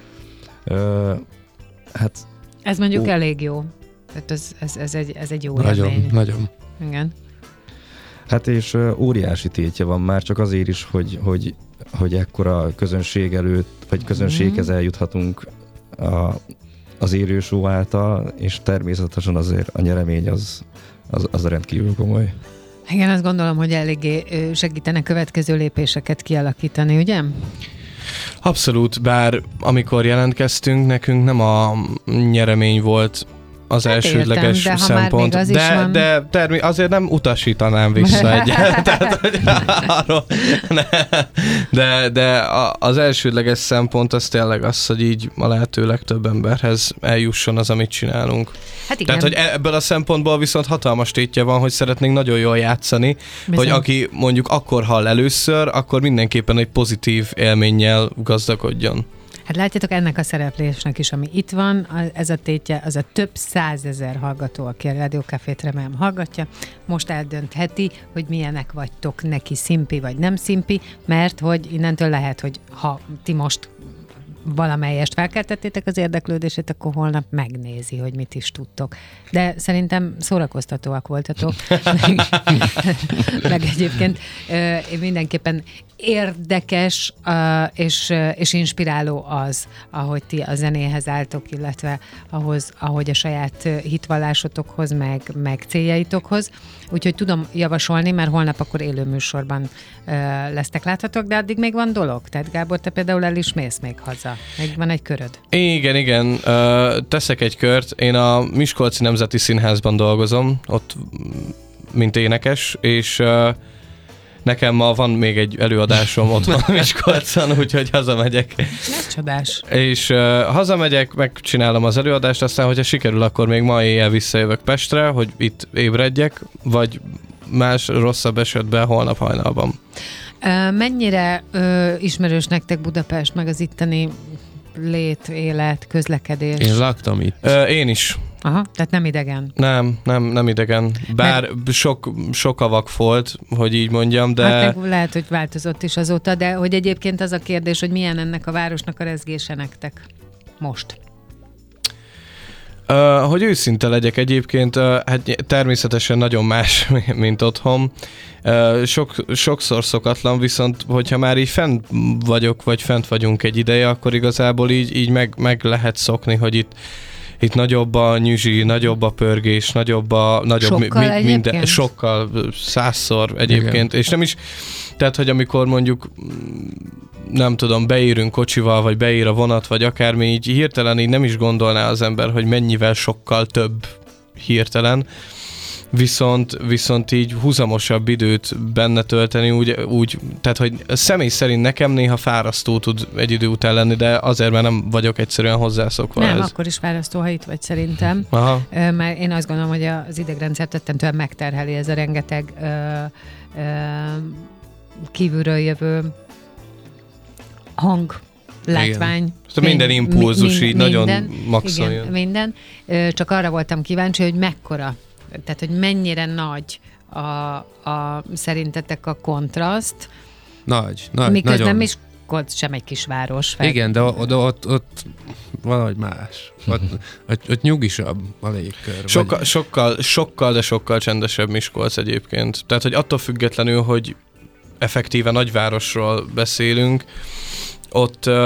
Speaker 5: Ö, hát
Speaker 3: Ez mondjuk
Speaker 5: Ó.
Speaker 3: elég jó. Tehát ez, ez, ez, egy, ez egy jó
Speaker 6: Nagyon,
Speaker 3: élmény.
Speaker 6: nagyon.
Speaker 3: Igen.
Speaker 5: Hát és ö, óriási tétje van már, csak azért is, hogy, hogy, hogy ekkora közönség előtt, vagy közönséghez eljuthatunk a, az élőshow által, és természetesen azért a nyeremény az, az, az rendkívül komoly.
Speaker 3: Igen, azt gondolom, hogy eléggé ö, segítene következő lépéseket kialakítani, ugye?
Speaker 4: Abszolút, bár amikor jelentkeztünk, nekünk nem a nyeremény volt az
Speaker 3: Hát
Speaker 4: elsődleges
Speaker 3: értem, de ha
Speaker 4: szempont.
Speaker 3: már még az
Speaker 4: de
Speaker 3: is van...
Speaker 4: de termi- azért nem utasítanám vissza egyet. Tehát, hogy arról, ne. De, de a, az elsődleges szempont az tényleg az, hogy így a lehető legtöbb emberhez eljusson az, amit csinálunk.
Speaker 3: Hát igen.
Speaker 4: Tehát, hogy ebből a szempontból viszont hatalmas tétje van, hogy szeretnénk nagyon jól játszani,
Speaker 3: Bizony.
Speaker 4: hogy aki mondjuk akkor hall először, akkor mindenképpen egy pozitív élménnyel gazdagodjon.
Speaker 3: Hát látjátok, ennek a szereplésnek is, ami itt van, a- ez a tétje, az a több százezer hallgató, aki a Rádió Cafét remélem hallgatja, most eldöntheti, hogy milyenek vagytok neki, szimpi vagy nem szimpi, mert hogy innentől lehet, hogy ha ti most valamelyest felkeltettétek az érdeklődését, akkor holnap megnézi, hogy mit is tudtok. De szerintem szórakoztatóak voltatok. meg, meg egyébként ö, mindenképpen érdekes ö, és, ö, és inspiráló az, ahogy ti a zenéhez álltok, illetve ahhoz, ahogy a saját ö, hitvallásotokhoz, meg, meg céljaitokhoz. Úgyhogy tudom javasolni, mert holnap akkor élő műsorban ö, lesztek láthatók, de addig még van dolog. Tehát Gábor, te például el is mész még haza. Még van egy köröd.
Speaker 4: Igen, igen. Ö, teszek egy kört. Én a Miskolci Nemzeti Színházban dolgozom, ott mint énekes, és ö, nekem ma van még egy előadásom otthon Miskolcon, úgyhogy hazamegyek.
Speaker 3: Ez csodás.
Speaker 4: És uh, hazamegyek, megcsinálom az előadást, aztán, hogyha sikerül, akkor még ma éjjel visszajövök Pestre, hogy itt ébredjek, vagy más rosszabb esetben holnap hajnalban.
Speaker 3: Ö, Mennyire ö, ismerős nektek Budapest, meg az itteni lét, élet, közlekedés?
Speaker 6: Én laktam itt.
Speaker 4: Ö, én is.
Speaker 3: Aha, tehát nem idegen.
Speaker 4: Nem, nem, nem idegen. Bár sok, sok avak volt, hogy így mondjam, de...
Speaker 3: Hát meg lehet, hogy változott is azóta, de hogy egyébként az a kérdés, hogy milyen ennek a városnak a rezgése nektek most?
Speaker 4: Uh, hogy őszinte legyek egyébként, uh, hát természetesen nagyon más, mint otthon. Uh, sok, sokszor szokatlan, viszont hogyha már így fent vagyok, vagy fent vagyunk egy ideje, akkor igazából így, így meg, meg lehet szokni, hogy itt Itt nagyobb a nyüzsi, nagyobb a pörgés, nagyobb a... Nagyobb
Speaker 3: sokkal
Speaker 4: mi, mi, minden,
Speaker 3: egyébként?
Speaker 4: sokkal, százszor egyébként. Igen. És nem is... Tehát, hogy amikor mondjuk nem tudom, beírünk kocsival, vagy beír a vonat, vagy akármi, így hirtelen így nem is gondolná az ember, hogy mennyivel sokkal több hirtelen. Viszont, viszont így húzamosabb időt benne tölteni, úgy, úgy, tehát hogy személy szerint nekem néha fárasztó tud egy idő után lenni, de azért, mert nem vagyok egyszerűen hozzászokva.
Speaker 3: Nem,
Speaker 4: ez.
Speaker 3: akkor is fárasztó, ha itt vagy szerintem.
Speaker 4: Aha.
Speaker 3: Ö, Mert én azt gondolom, hogy az idegrendszert rettentően megterheli ez a rengeteg ö, ö, kívülről jövő hang, látvány.
Speaker 4: Igen. Minden impulzus
Speaker 3: mi,
Speaker 4: így
Speaker 3: mi,
Speaker 4: nagyon
Speaker 3: minden,
Speaker 4: maxoljon.
Speaker 3: Igen, minden. Ö, Csak arra voltam kíváncsi, hogy mekkora, tehát hogy mennyire nagy a, a szerintetek a kontraszt,
Speaker 6: Nagy, nagy,
Speaker 3: miközben
Speaker 6: nagyon.
Speaker 3: Miskolc sem egy kisváros. Fel.
Speaker 6: Igen, de oda, ott, ott valahogy más. Ott, ott, ott nyugisabb a légkör.
Speaker 4: Sokkal,
Speaker 6: vagy...
Speaker 4: sokkal, sokkal, de sokkal csendesebb Miskolc egyébként. Tehát, hogy attól függetlenül, hogy effektíve nagyvárosról beszélünk, ott, uh,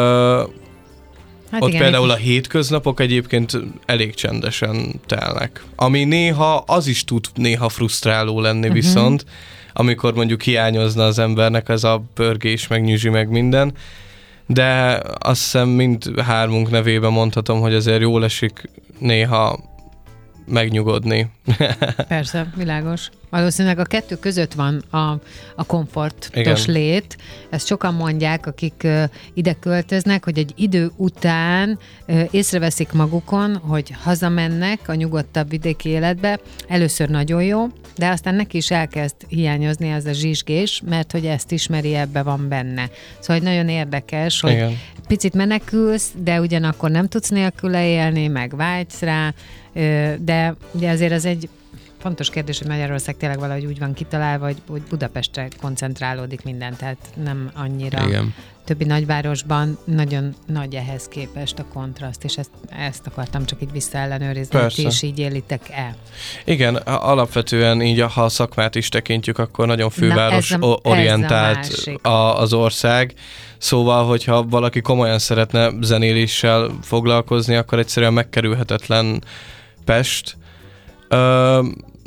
Speaker 3: Hát
Speaker 4: ott
Speaker 3: igen,
Speaker 4: például
Speaker 3: egy-
Speaker 4: a hétköznapok egyébként elég csendesen telnek. Ami néha, az is tud néha frusztráló lenni
Speaker 3: Uh-huh.
Speaker 4: viszont, amikor mondjuk hiányozna az embernek ez a pörgés, meg nyüzsi, meg minden. De azt hiszem mind hármunk nevében mondhatom, hogy azért jól esik néha megnyugodni.
Speaker 3: Persze, világos. Valószínűleg a kettő között van a, a komfortos
Speaker 4: Igen.
Speaker 3: lét. Ezt sokan mondják, akik uh, ide költöznek, hogy egy idő után uh, észreveszik magukon, hogy hazamennek a nyugodtabb vidéki életbe. Először nagyon jó, de aztán neki is elkezd hiányozni az a zsizsgés, mert hogy ezt ismeri, ebbe van benne. Szóval hogy nagyon érdekes, hogy
Speaker 4: Igen.
Speaker 3: picit menekülsz, de ugyanakkor nem tudsz nélküle élni, meg vágysz rá, ö, de ugye azért az egy fontos kérdés, hogy Magyarország tényleg valahogy úgy van kitalálva, hogy, hogy Budapestre koncentrálódik minden, tehát nem annyira.
Speaker 6: Igen.
Speaker 3: Többi nagyvárosban nagyon nagy ehhez képest a kontraszt, és ezt, ezt akartam csak így visszaellenőrizni, hogy
Speaker 4: Persze.
Speaker 3: ti is így élitek el.
Speaker 4: Igen, alapvetően így, ha a szakmát is tekintjük, akkor nagyon főváros
Speaker 3: Na, ez a-
Speaker 4: o- orientált
Speaker 3: ez a másik.
Speaker 4: a, az ország. Szóval, hogyha valaki komolyan szeretne zenéléssel foglalkozni, akkor egyszerűen megkerülhetetlen Pest. Ö,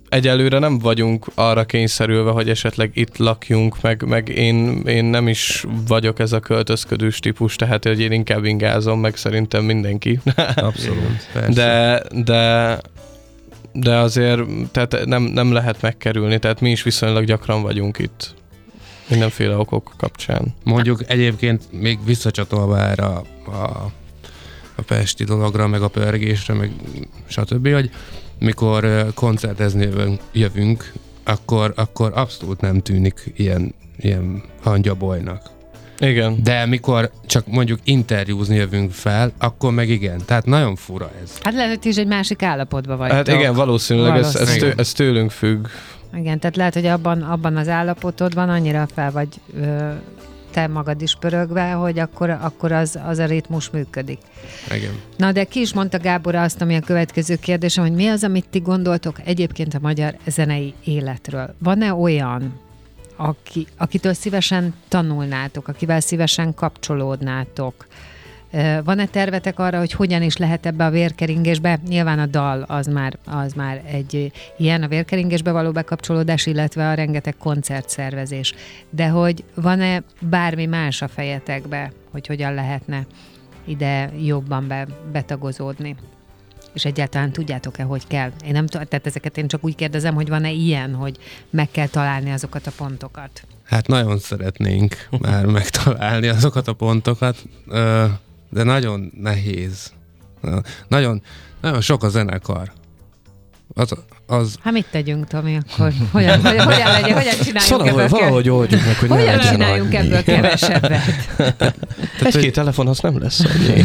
Speaker 4: egyelőre nem vagyunk arra kényszerülve, hogy esetleg itt lakjunk, meg, meg én, én nem is vagyok ez a költözködős típus, tehát hogy én inkább ingázom, meg szerintem mindenki.
Speaker 5: Abszolút.
Speaker 4: de, de, de azért tehát nem, nem lehet megkerülni, tehát mi is viszonylag gyakran vagyunk itt. Mindenféle okok kapcsán.
Speaker 6: Mondjuk egyébként még visszacsatolva erre a, a, a pesti dologra, meg a pörgésre, meg stb., hogy mikor koncertezni jövünk, jövünk akkor, akkor abszolút nem tűnik ilyen, ilyen hangyabolynak.
Speaker 4: Igen.
Speaker 6: De mikor csak mondjuk interjúzni jövünk fel, akkor meg igen. Tehát nagyon fura ez.
Speaker 3: Hát lehet, hogy ti is egy másik állapotban vagytok.
Speaker 4: Hát igen, valószínűleg ez, ez,
Speaker 3: Valószínűleg.
Speaker 4: tő, ez tőlünk függ.
Speaker 3: Igen, tehát lehet, hogy abban, abban az állapotodban annyira fel vagy ö, te magad is pörögve, hogy akkor, akkor az, az a ritmus működik.
Speaker 6: Igen.
Speaker 3: Na, de ki is mondta Gábor azt, ami a következő kérdésem, hogy mi az, amit ti gondoltok egyébként a magyar zenei életről? Van-e olyan, aki, akitől szívesen tanulnátok, akivel szívesen kapcsolódnátok? Van-e tervetek arra, hogy hogyan is lehet ebbe a vérkeringésbe? Nyilván a dal az már, az már egy ilyen, a vérkeringésbe való bekapcsolódás, illetve a rengeteg koncertszervezés. De hogy van-e bármi más a fejetekbe, hogy hogyan lehetne ide jobban be, betagozódni? És egyáltalán tudjátok-e, hogy kell? Én nem t- tehát ezeket én csak úgy kérdezem, hogy van-e ilyen, hogy meg kell találni azokat a pontokat?
Speaker 6: Hát nagyon szeretnénk már megtalálni azokat a pontokat, de nagyon nehéz. Nagyon, nagyon sok a zenekar. Az, az...
Speaker 3: Hát mit tegyünk, Tomi, akkor? Hogyan, hogyan, hogyan legyen, hogyan csináljunk
Speaker 4: Valahogy,
Speaker 3: ebből?
Speaker 4: valahogy oldjuk meg, hogy ne
Speaker 3: Hogyan
Speaker 4: legyen
Speaker 3: csináljunk
Speaker 4: annyi.
Speaker 3: ebből kevesebbet?
Speaker 4: Egy-két telefon, az nem lesz annyi.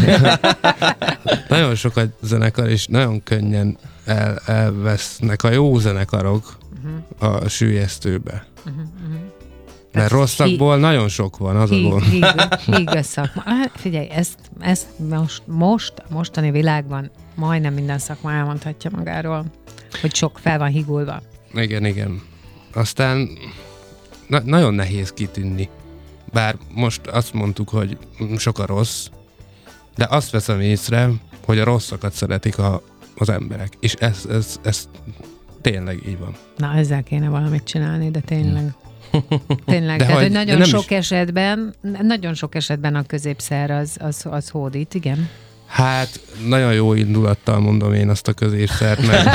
Speaker 6: Nagyon sok a zenekar, és nagyon könnyen el, elvesznek a jó zenekarok uh-huh. a süllyesztőbe. Uh-huh, uh-huh. Mert rosszakból nagyon sok van, az
Speaker 3: híg,
Speaker 6: a gond.
Speaker 3: híg, híg a szakma. Hát figyelj, ezt, ezt most, most, mostani világban majdnem minden szakma elmondhatja magáról, hogy sok fel van higulva.
Speaker 6: Igen, igen. Aztán na- nagyon nehéz kitűnni. Bár most azt mondtuk, hogy sok a rossz, de azt veszem észre, hogy a rosszakat szeretik a, az emberek. És ez, ez, ez tényleg így van.
Speaker 3: Na, ezzel kéne valamit csinálni, de tényleg. Tényleg,
Speaker 6: De
Speaker 3: tehát,
Speaker 6: hogy-
Speaker 3: hogy
Speaker 6: de
Speaker 3: nagyon
Speaker 6: nem
Speaker 3: sok
Speaker 6: is-
Speaker 3: esetben, nagyon sok esetben a középszer az, az, az hódít, igen.
Speaker 6: Hát nagyon jó indulattal mondom én azt a középszert, mert...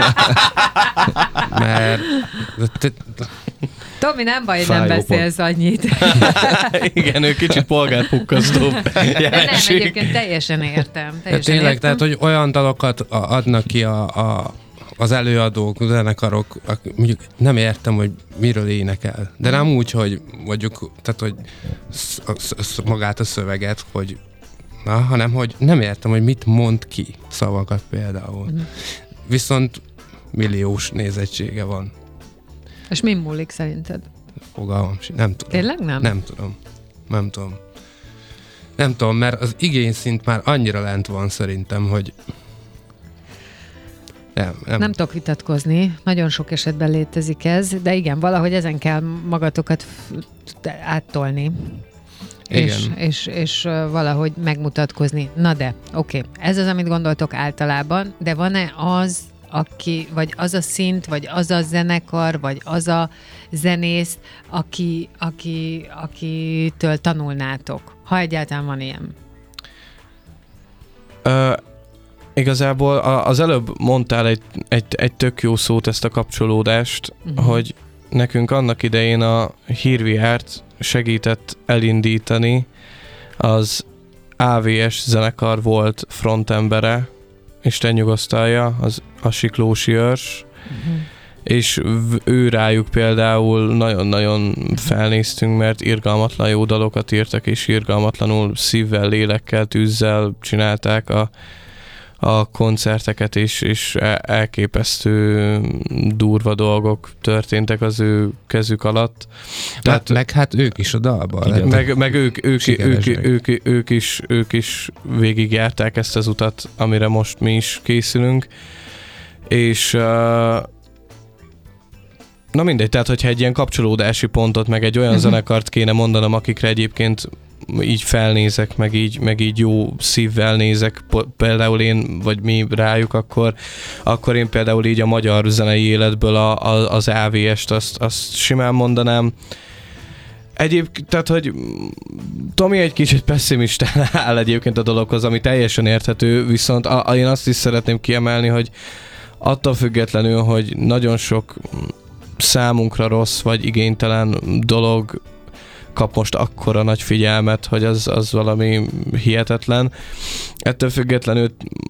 Speaker 6: mert te,
Speaker 3: Tomi, nem baj, hogy
Speaker 4: Fájó
Speaker 3: nem beszélsz annyit.
Speaker 4: Igen, ő kicsit polgárpukkasztó
Speaker 3: De nem,
Speaker 4: jelenség.
Speaker 3: egyébként teljesen értem.
Speaker 6: de
Speaker 3: Teljesen
Speaker 6: tényleg,
Speaker 3: értem.
Speaker 6: tehát, hogy olyan dalokat a- adnak ki a, a, az előadók, a zenekarok, ak- mondjuk nem értem, hogy miről énekel. De nem úgy, hogy mondjuk, tehát, hogy sz, sz, sz, magát a szöveget, hogy na, hanem, hogy nem értem, hogy mit mond ki szavakat például.
Speaker 3: Mhm.
Speaker 6: Viszont milliós nézettsége van.
Speaker 3: És mi múlik szerinted?
Speaker 6: Fogalmam sincs. Nem tudom.
Speaker 3: Tényleg nem?
Speaker 6: Nem tudom. Nem tudom. Nem tudom, mert az igényszint már annyira lent van szerintem, hogy nem, nem.
Speaker 3: Nem tudok vitatkozni, nagyon sok esetben létezik ez, de igen, valahogy ezen kell magatokat f- áttolni. És,
Speaker 6: Igen.
Speaker 3: és, és ö, valahogy megmutatkozni. Na de, oké, okay. Ez az, amit gondoltok általában, de van-e az, aki, vagy az a szint, vagy az a zenekar, vagy az a zenész, aki, aki, akitől tanulnátok? Ha egyáltalán van ilyen.
Speaker 4: Ö, igazából a, az előbb mondtál egy, egy, egy tök jó szót, ezt a kapcsolódást,
Speaker 3: Mhm.
Speaker 4: uh-huh. hogy nekünk annak idején a hírviárt segített elindítani, az á vé es zenekar volt frontembere, Isten nyugosztalja, az a Siklósi Őrs,
Speaker 3: Uh-huh.
Speaker 4: és v- ő rájuk például nagyon-nagyon felnéztünk, mert irgalmatlan jó dalokat írtak, és irgalmatlanul szívvel, lélekkel, tűzzel csinálták a, a koncerteket, és, és e- elképesztő durva dolgok történtek az ő kezük alatt.
Speaker 6: Tehát, meg hát ők is a dalban.
Speaker 4: Igen, meg, meg ők, ők, ők,
Speaker 6: sikeresek.
Speaker 4: ők, ők, ők, is, ők is végigjárták ezt az utat, amire most mi is készülünk. És uh, na mindegy, tehát hogyha egy ilyen kapcsolódási pontot, meg egy olyan zenekart kéne mondanom, akikre egyébként így felnézek, meg így, meg így jó szívvel nézek, például én, vagy mi rájuk, akkor, akkor én például így a magyar zenei életből a, a, az á vé est azt, azt simán mondanám. Egyébként, tehát, hogy Tomi egy kicsit pessimistán áll egyébként a dologhoz, ami teljesen érthető, viszont a, a, én azt is szeretném kiemelni, hogy attól függetlenül, hogy nagyon sok számunkra rossz vagy igénytelen dolog kap most akkora nagy figyelmet, hogy az, az valami hihetetlen. Ettől függetlenül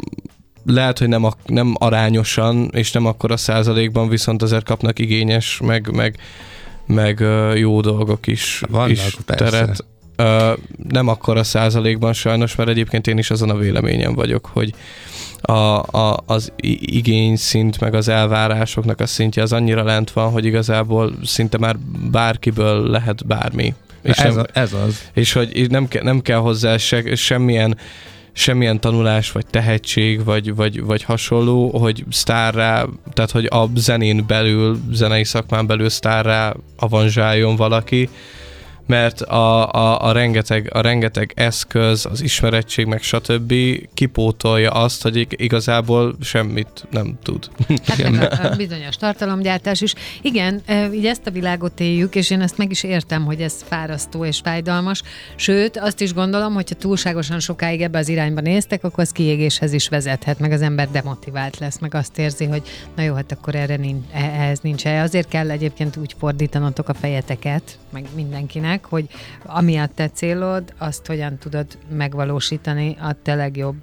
Speaker 4: lehet, hogy nem, a, nem arányosan, és nem akkora százalékban, viszont azért kapnak igényes, meg, meg, meg jó dolgok is,
Speaker 6: Vannak,
Speaker 4: is teret. Uh, nem akkora százalékban sajnos, mert egyébként én is azon a véleményen vagyok, hogy a, a, az igényszint, meg az elvárásoknak a szintje az annyira lent van, hogy igazából szinte már bárkiből lehet bármi. És
Speaker 6: ez,
Speaker 4: nem,
Speaker 6: a, ez az.
Speaker 4: És hogy nem, ke, nem kell hozzá se, semmilyen, semmilyen tanulás, vagy tehetség, vagy, vagy, vagy hasonló, hogy sztárrá, tehát hogy a zenén belül, zenei szakmán belül sztárrá avanzsáljon valaki, mert a, a, a, rengeteg, a rengeteg eszköz, az ismerettség, meg stb. Kipótolja azt, hogy igazából semmit nem tud.
Speaker 3: Hát meg a, a bizonyos tartalomgyártás is. Igen, így ezt a világot éljük, és én ezt meg is értem, hogy ez fárasztó és fájdalmas. Sőt, azt is gondolom, hogyha túlságosan sokáig ebbe az irányba néztek, akkor az kiégéshez is vezethet, meg az ember demotivált lesz, meg azt érzi, hogy na jó, hát akkor erre nincs, ehhez nincs helye. Azért kell egyébként úgy fordítanatok a fejeteket, meg mindenkinek, hogy ami a te célod, azt hogyan tudod megvalósítani a te legjobb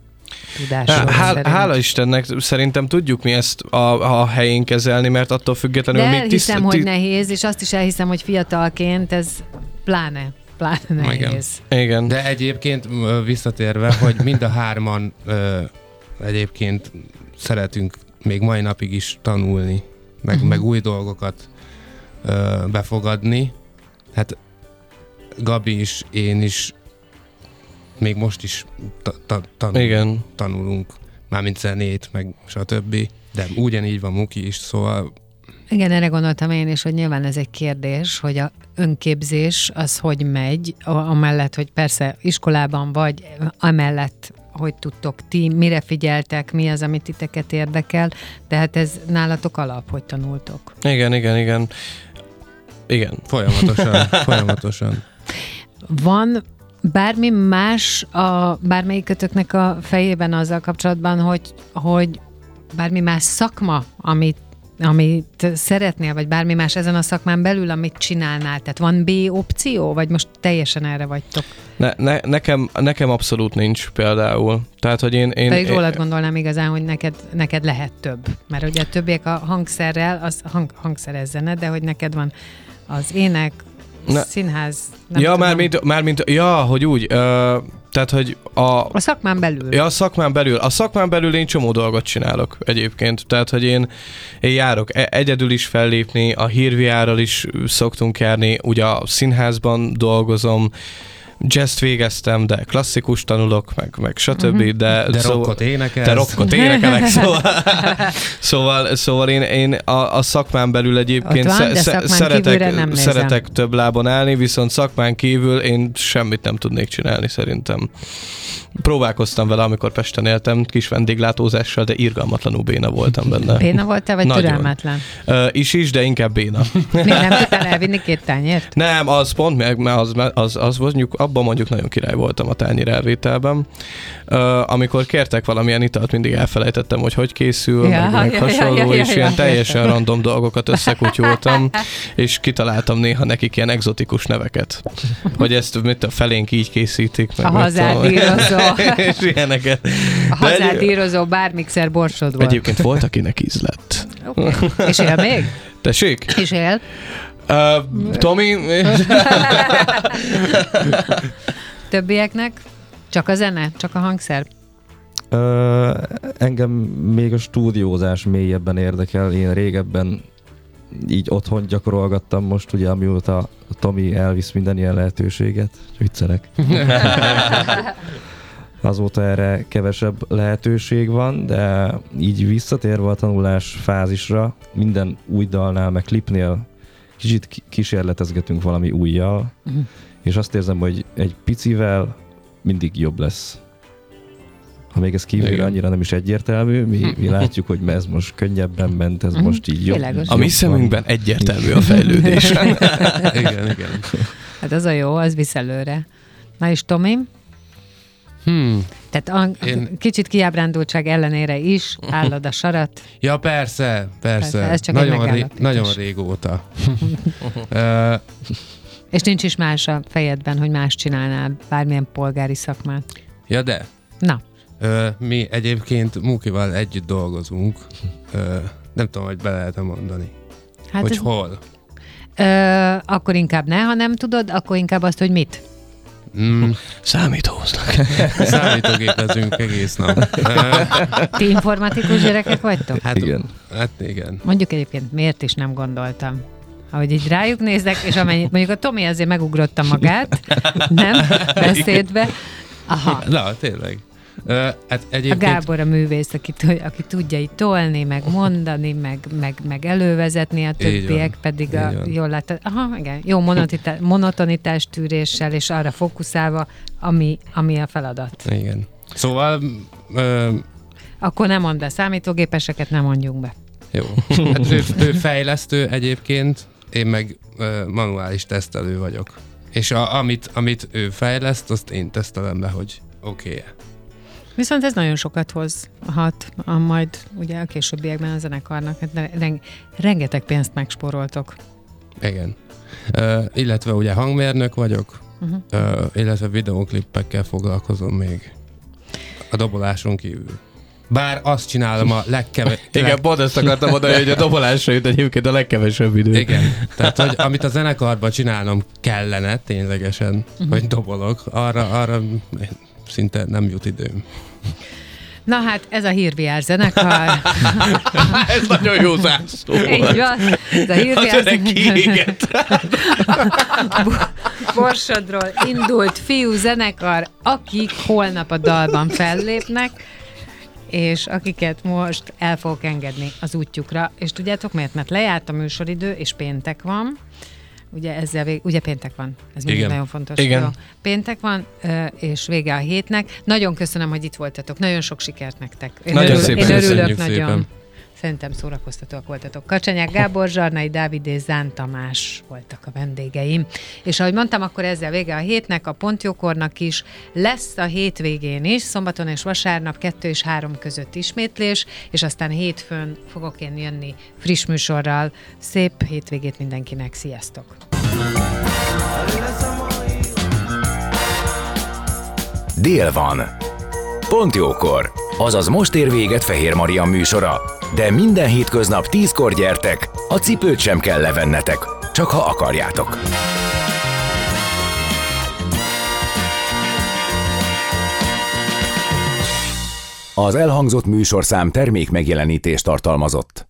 Speaker 3: tudásod.
Speaker 4: Hál, hála Istennek, szerintem tudjuk mi ezt a, a helyén kezelni, mert attól függetlenül...
Speaker 3: De
Speaker 4: még
Speaker 3: elhiszem,
Speaker 4: tiszt,
Speaker 3: hogy
Speaker 4: tiszt...
Speaker 3: nehéz, és azt is elhiszem, hogy fiatalként ez pláne, pláne nehéz.
Speaker 4: Igen. Igen.
Speaker 6: De egyébként visszatérve, hogy mind a hárman ö, egyébként szeretünk még mai napig is tanulni, meg, uh-huh. meg új dolgokat ö, befogadni. Hát Gabi is, én is, még most is ta- ta- tanul,
Speaker 4: Igen.
Speaker 6: tanulunk, mármint zenét, meg stb. De ugyanígy van Muki is, szóval...
Speaker 3: Igen, erre gondoltam én is, hogy nyilván ez egy kérdés, hogy a önképzés az hogy megy, amellett, hogy persze iskolában vagy, amellett, hogy tudtok ti, mire figyeltek, mi az, amit titeket érdekel, tehát ez nálatok alap, hogy tanultok.
Speaker 4: Igen, igen, igen. Igen.
Speaker 6: Folyamatosan, folyamatosan.
Speaker 3: Van bármi más a bármelyikötöknek a fejében azzal kapcsolatban, hogy, hogy bármi más szakma, amit, amit szeretnél, vagy bármi más ezen a szakmán belül, amit csinálnál? Tehát van B opció, vagy most teljesen erre vagytok?
Speaker 4: Ne, ne, nekem, nekem abszolút nincs például. Tehát, hogy én... én
Speaker 3: Pedig
Speaker 4: én,
Speaker 3: rólad gondolnám igazán, hogy neked, neked lehet több. Mert ugye a többiek a hangszerrel, az hang, hangszeres zene, de hogy neked van az ének, ne. színház, nem
Speaker 4: ja,
Speaker 3: tudom.
Speaker 4: már mint, már mint, ja, hogy úgy, ö, tehát, hogy a...
Speaker 3: A szakmán belül.
Speaker 4: Ja, a szakmán belül. A szakmán belül én csomó dolgot csinálok egyébként. Tehát, hogy én, én járok egyedül is fellépni, a hírviárral is szoktunk járni, ugye a színházban dolgozom, jazzt végeztem, de klasszikus tanulok, meg, meg stb. Uh-huh. De,
Speaker 6: de
Speaker 4: szó,
Speaker 6: rockot énekelsz.
Speaker 4: De rockot énekelek, szóval, szóval, szóval én, én a, a szakmán belül egyébként
Speaker 3: van,
Speaker 4: sze,
Speaker 3: szakmán
Speaker 4: szeretek,
Speaker 3: nem
Speaker 4: szeretek több lábon állni, viszont szakmán kívül én semmit nem tudnék csinálni szerintem. Próbálkoztam vele, amikor Pesten éltem, kis vendéglátózással, de irgalmatlanul béna voltam benne.
Speaker 3: Béna voltál, vagy
Speaker 4: Nagyon.
Speaker 3: Türelmetlen?
Speaker 4: Uh, is is, de inkább béna.
Speaker 3: Még nem tudtál elvinni két tányért?
Speaker 4: Nem, az pont meg, mert az, az, az mondjuk, abban mondjuk nagyon király voltam a tányér elvételben. Uh, amikor kértek valamilyen italt, mindig elfelejtettem, hogy hogy készül,
Speaker 3: ja,
Speaker 4: meg, meg
Speaker 3: ja,
Speaker 4: hasonló,
Speaker 3: ja, ja, ja,
Speaker 4: és
Speaker 3: ja,
Speaker 4: ilyen
Speaker 3: ja.
Speaker 4: teljesen random dolgokat összekutyoltam, és kitaláltam néha nekik ilyen egzotikus neveket. Hogy ezt mit a felénk így készítik. Meg
Speaker 3: A hazádírozó.
Speaker 4: és ilyeneket.
Speaker 3: A hazádírozó bármixer borsod volt.
Speaker 4: Egyébként volt, akinek íz lett.
Speaker 3: Okay. És él még?
Speaker 4: Tessék?
Speaker 3: És él?
Speaker 4: Uh, Tomi?
Speaker 3: Többieknek? Csak a zene? Csak a hangszer?
Speaker 5: Ö, engem még a stúdiózás mélyebben érdekel. Én régebben így otthon gyakorolgattam, most ugye amióta Tomi elvisz minden ilyen lehetőséget. Viccelek. Azóta erre kevesebb lehetőség van, de így visszatérve a tanulás fázisra, minden új dalnál, meg klipnél kicsit kísérletezgetünk valami újjal, uh-huh. és azt érzem, hogy egy picivel mindig jobb lesz. Ha még ez kívülre annyira nem is egyértelmű, mi, mi látjuk, hogy ez most könnyebben ment, ez most így jobb.
Speaker 3: Világos.
Speaker 4: A mi szemünkben egyértelmű a fejlődés.
Speaker 6: Igen, igen.
Speaker 3: Hát az a jó, az visz előre. Na és Tomi?
Speaker 6: Hmm.
Speaker 3: Tehát a,
Speaker 6: Én-
Speaker 3: kicsit kiábrándultság ellenére is állod a sarat.
Speaker 6: Ja, persze, persze.
Speaker 3: Persze, ez csak egy
Speaker 6: nagyon, ré-
Speaker 3: megállapítás.
Speaker 6: nagyon régóta. Ö,
Speaker 3: És nincs is más a fejedben, hogy más csinálnál bármilyen polgári szakmát.
Speaker 6: ja, de.
Speaker 3: Na,
Speaker 6: Ö, mi egyébként Mukival együtt dolgozunk. Ö, nem tudom, hogy be lehet mondani.
Speaker 3: hát
Speaker 6: hogy
Speaker 3: ez,
Speaker 6: hol.
Speaker 3: ö, akkor inkább ne, ha nem tudod, akkor inkább azt, hogy mit.
Speaker 6: Mm,
Speaker 4: Számítóznak.
Speaker 6: számítógépezünk egész nap. Ö,
Speaker 3: Ti informatikus gyerekek vagytok?
Speaker 6: hát,
Speaker 5: Igen.
Speaker 6: hát igen.
Speaker 3: Mondjuk egyébként miért is nem gondoltam. Ahogy így rájuk nézek, és amennyit mondjuk a Tomi azért megugrotta magát, nem? Beszédbe. Aha.
Speaker 6: Na, tényleg. Ö, hát
Speaker 3: A
Speaker 6: egyébként...
Speaker 3: Gábor a művész, aki, aki tudja így tolni, meg mondani, meg, meg, meg elővezetni, a többiek
Speaker 6: van,
Speaker 3: pedig
Speaker 6: így
Speaker 3: a,
Speaker 6: van.
Speaker 3: jól látod, aha, igen, jó monotonitás, monotonitás tűréssel, és arra fókuszálva, ami, ami a feladat.
Speaker 6: Igen. Szóval... Ö,
Speaker 3: Akkor nem mondd be, számítógépeseket nem mondjunk be.
Speaker 6: jó. Hát ő, ő fejlesztő egyébként, én meg ö, manuális tesztelő vagyok. És a, amit, amit ő fejleszt, azt én tesztelem le, hogy oké-e.
Speaker 3: Viszont ez nagyon sokat hozhat, a majd ugye a későbbiekben a zenekarnak. Hát reng, rengeteg pénzt megspóroltok.
Speaker 6: Igen. Ö, illetve ugye hangmérnök vagyok,
Speaker 3: Uh-huh.
Speaker 6: ö, illetve videóklippekkel foglalkozom még a doboláson kívül. Bár azt csinálom a legkevesebb...
Speaker 4: Igen, pont ezt akartam mondani, hogy a dobolásra jut egyébként a legkevesebb idő.
Speaker 6: Igen, tehát hogy amit a zenekarban csinálnom kellene ténylegesen, uh-huh. hogy dobolok, arra, arra szinte nem jut időm.
Speaker 3: Na hát, ez a Hírviár zenekar.
Speaker 4: Ez nagyon jó zárszó
Speaker 3: Így
Speaker 4: volt.
Speaker 3: van. Ez a Hírviár
Speaker 4: Az öreg kiégett.
Speaker 3: Borsodról indult fiú zenekar, akik holnap a dalban fellépnek, és akiket most el fogok engedni az útjukra. És tudjátok miért? Mert lejárt a műsoridő, és péntek van. Ugye ezzel vég... ugye péntek van. Ez mindig
Speaker 6: Igen.
Speaker 3: nagyon fontos.
Speaker 4: Igen.
Speaker 3: Jó. Péntek van, ö, és vége a hétnek. Nagyon köszönöm, hogy itt voltatok. Nagyon sok sikert nektek. Én,
Speaker 4: Nagyon
Speaker 3: örül,
Speaker 4: szépen
Speaker 3: én örülök
Speaker 6: köszönjük
Speaker 3: nagyon.
Speaker 6: szépen.
Speaker 3: Szerintem szórakoztatóak voltatok. Kacsanyák Gábor, Zsarnai Dávid és Zán Tamás voltak a vendégeim. És ahogy mondtam, akkor ezzel vége a hétnek, a Pontjókornak is. Lesz a hétvégén is, szombaton és vasárnap kettő és három között ismétlés, és aztán hétfőn fogok én jönni friss műsorral. Szép hétvégét mindenkinek, sziasztok!
Speaker 1: Dél van. Pont jókor. Azaz most ér véget Fehér Maria műsora. De minden hétköznap tízkor gyertek, a cipőt sem kell levennetek, csak ha akarjátok. Az elhangzott műsorszám termék megjelenítést tartalmazott.